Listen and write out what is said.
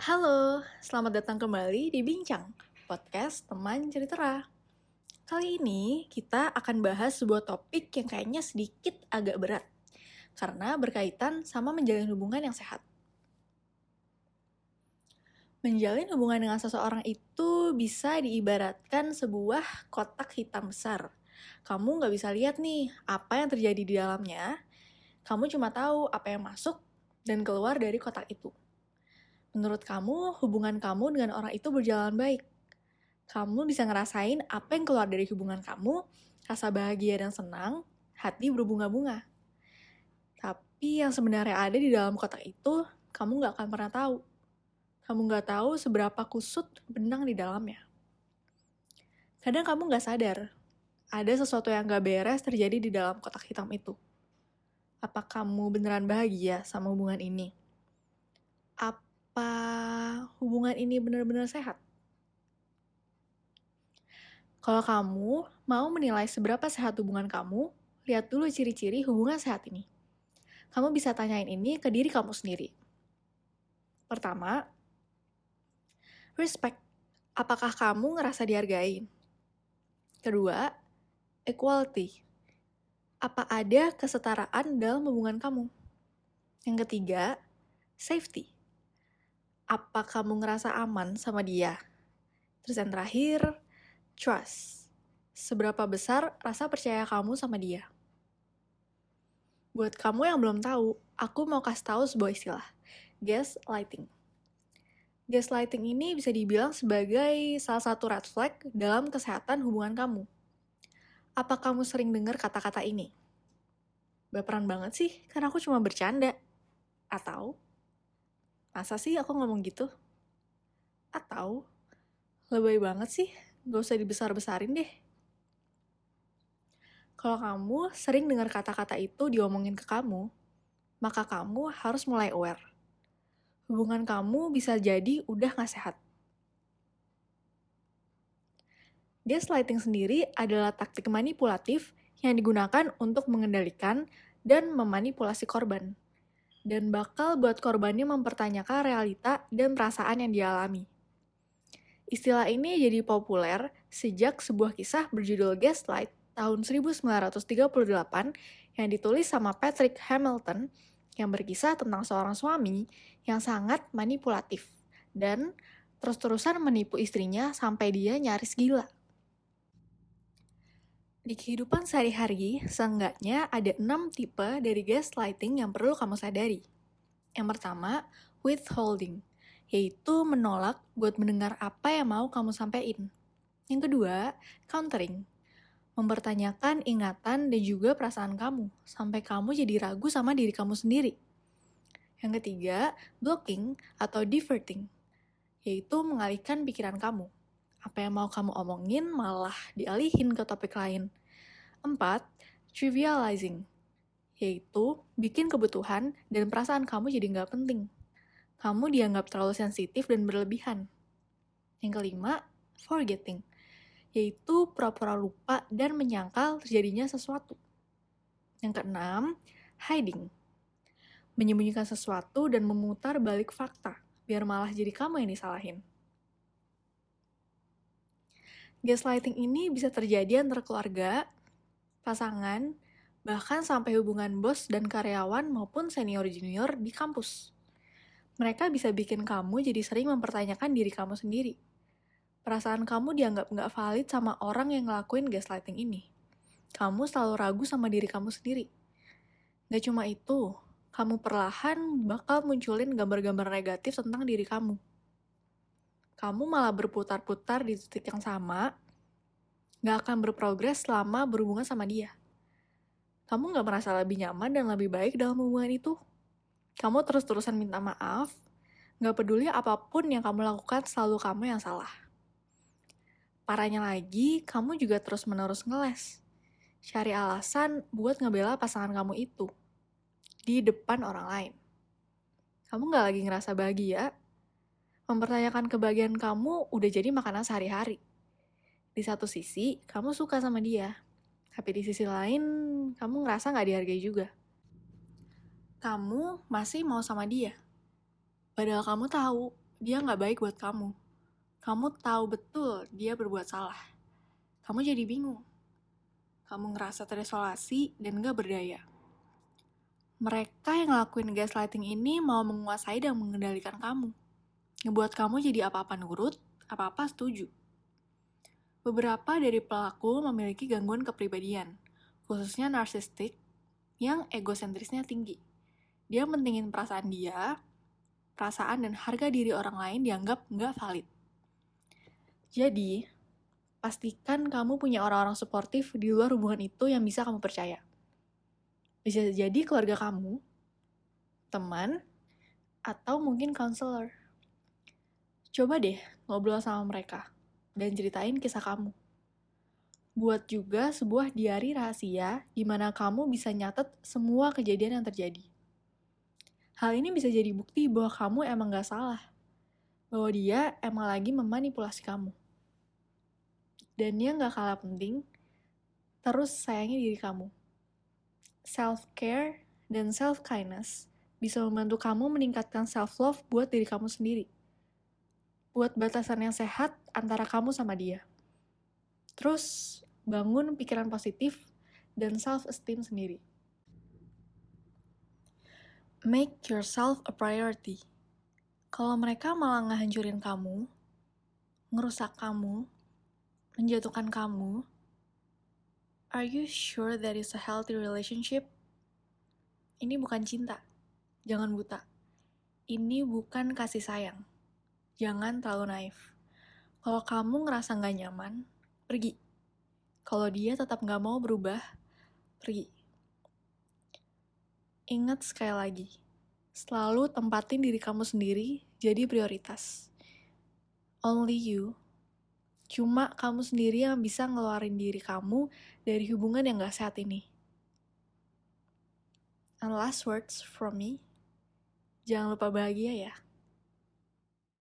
Halo, selamat datang kembali di Bincang, podcast teman cerita. Kali ini kita akan bahas sebuah topik yang kayaknya sedikit agak berat, karena berkaitan sama menjalin hubungan yang sehat. Menjalin hubungan dengan seseorang itu bisa diibaratkan sebuah kotak hitam besar. Kamu nggak bisa lihat nih apa yang terjadi di dalamnya, kamu cuma tahu apa yang masuk dan keluar dari kotak itu. Menurut kamu, hubungan kamu dengan orang itu berjalan baik. Kamu bisa ngerasain apa yang keluar dari hubungan kamu, rasa bahagia dan senang, hati berbunga-bunga. Tapi yang sebenarnya ada di dalam kotak itu, kamu nggak akan pernah tahu. Kamu nggak tahu seberapa kusut benang di dalamnya. Kadang kamu nggak sadar, ada sesuatu yang nggak beres terjadi di dalam kotak hitam itu. Apa kamu beneran bahagia sama hubungan ini? Apa hubungan ini benar-benar sehat? Kalau kamu mau menilai seberapa sehat hubungan kamu, lihat dulu ciri-ciri hubungan sehat ini. Kamu bisa tanyain ini ke diri kamu sendiri. Pertama, respect. Apakah kamu ngerasa dihargain? Kedua, equality. Apa ada kesetaraan dalam hubungan kamu? Yang ketiga, safety. Apa kamu ngerasa aman sama dia? Terus yang terakhir, trust. Seberapa besar rasa percaya kamu sama dia? Buat kamu yang belum tahu, aku mau kasih tahu sebuah istilah, gaslighting. Gaslighting ini bisa dibilang sebagai salah satu red flag dalam kesehatan hubungan kamu. Apa kamu sering dengar kata-kata ini? Baperan banget sih, karena aku cuma bercanda. Atau, masa sih aku ngomong gitu? Atau, lebay banget sih, gak usah dibesar-besarin deh. Kalau kamu sering dengar kata-kata itu diomongin ke kamu, maka kamu harus mulai aware. Hubungan kamu bisa jadi udah gak sehat. Gaslighting sendiri adalah taktik manipulatif yang digunakan untuk mengendalikan dan memanipulasi korban, dan bakal buat korbannya mempertanyakan realita dan perasaan yang dialami. Istilah ini jadi populer sejak sebuah kisah berjudul Gaslight tahun 1938 yang ditulis sama Patrick Hamilton yang berkisah tentang seorang suami yang sangat manipulatif dan terus-terusan menipu istrinya sampai dia nyaris gila. Di kehidupan sehari-hari, seenggaknya ada 6 tipe dari gaslighting yang perlu kamu sadari. Yang pertama, withholding, yaitu menolak buat mendengar apa yang mau kamu sampaikan. Yang kedua, countering, mempertanyakan ingatan dan juga perasaan kamu, sampai kamu jadi ragu sama diri kamu sendiri. Yang ketiga, blocking atau diverting, yaitu mengalihkan pikiran kamu. Apa yang mau kamu omongin malah dialihin ke topik lain. 4. Trivializing, yaitu bikin kebutuhan dan perasaan kamu jadi nggak penting. Kamu dianggap terlalu sensitif dan berlebihan. Yang kelima, forgetting, yaitu pura-pura lupa dan menyangkal terjadinya sesuatu. Yang keenam, hiding, menyembunyikan sesuatu dan memutar balik fakta, biar malah jadi kamu yang disalahin. Gaslighting ini bisa terjadi antara keluarga, pasangan, bahkan sampai hubungan bos dan karyawan maupun senior-junior di kampus. Mereka bisa bikin kamu jadi sering mempertanyakan diri kamu sendiri. Perasaan kamu dianggap nggak valid sama orang yang ngelakuin gaslighting ini. Kamu selalu ragu sama diri kamu sendiri. Nggak cuma itu, kamu perlahan bakal munculin gambar-gambar negatif tentang diri kamu. Kamu malah berputar-putar di titik yang sama, gak akan berprogres selama berhubungan sama dia. Kamu gak merasa lebih nyaman dan lebih baik dalam hubungan itu. Kamu terus-terusan minta maaf, gak peduli apapun yang kamu lakukan selalu kamu yang salah. Parahnya lagi, kamu juga terus-menerus ngeles. Cari alasan buat ngebela pasangan kamu itu di depan orang lain. Kamu gak lagi ngerasa bahagia? Mempertanyakan kebahagiaan kamu udah jadi makanan sehari-hari. Di satu sisi, kamu suka sama dia. Tapi di sisi lain, kamu ngerasa gak dihargai juga. Kamu masih mau sama dia. Padahal kamu tahu, dia nggak baik buat kamu. Kamu tahu betul dia berbuat salah. Kamu jadi bingung. Kamu ngerasa terisolasi dan nggak berdaya. Mereka yang ngelakuin gaslighting ini mau menguasai dan mengendalikan kamu. Ngebuat kamu jadi apa-apa nurut, apa-apa setuju. Beberapa dari pelaku memiliki gangguan kepribadian, khususnya narsistik, yang egosentrisnya tinggi. Dia mentingin perasaan dia, perasaan dan harga diri orang lain dianggap nggak valid. Jadi, pastikan kamu punya orang-orang suportif di luar hubungan itu yang bisa kamu percaya. Bisa jadi keluarga kamu, teman, atau mungkin counselor. Coba deh ngobrol sama mereka dan ceritain kisah kamu. Buat juga sebuah diari rahasia di mana kamu bisa nyatet semua kejadian yang terjadi. Hal ini bisa jadi bukti bahwa kamu emang gak salah, bahwa dia emang lagi memanipulasi kamu. Dan yang gak kalah penting, terus sayangi diri kamu. Self-care dan self-kindness bisa membantu kamu meningkatkan self-love buat diri kamu sendiri. Buat batasan yang sehat antara kamu sama dia. Terus, bangun pikiran positif dan self-esteem sendiri. Make yourself a priority. Kalau mereka malah ngehancurin kamu, ngerusak kamu, menjatuhkan kamu, are you sure that is a healthy relationship? Ini bukan cinta. Jangan buta. Ini bukan kasih sayang. Jangan terlalu naif. Kalau kamu ngerasa gak nyaman, pergi. Kalau dia tetap gak mau berubah, pergi. Ingat sekali lagi, selalu tempatin diri kamu sendiri jadi prioritas. Only you. Cuma kamu sendiri yang bisa ngeluarin diri kamu dari hubungan yang gak sehat ini. And last words from me, jangan lupa bahagia ya.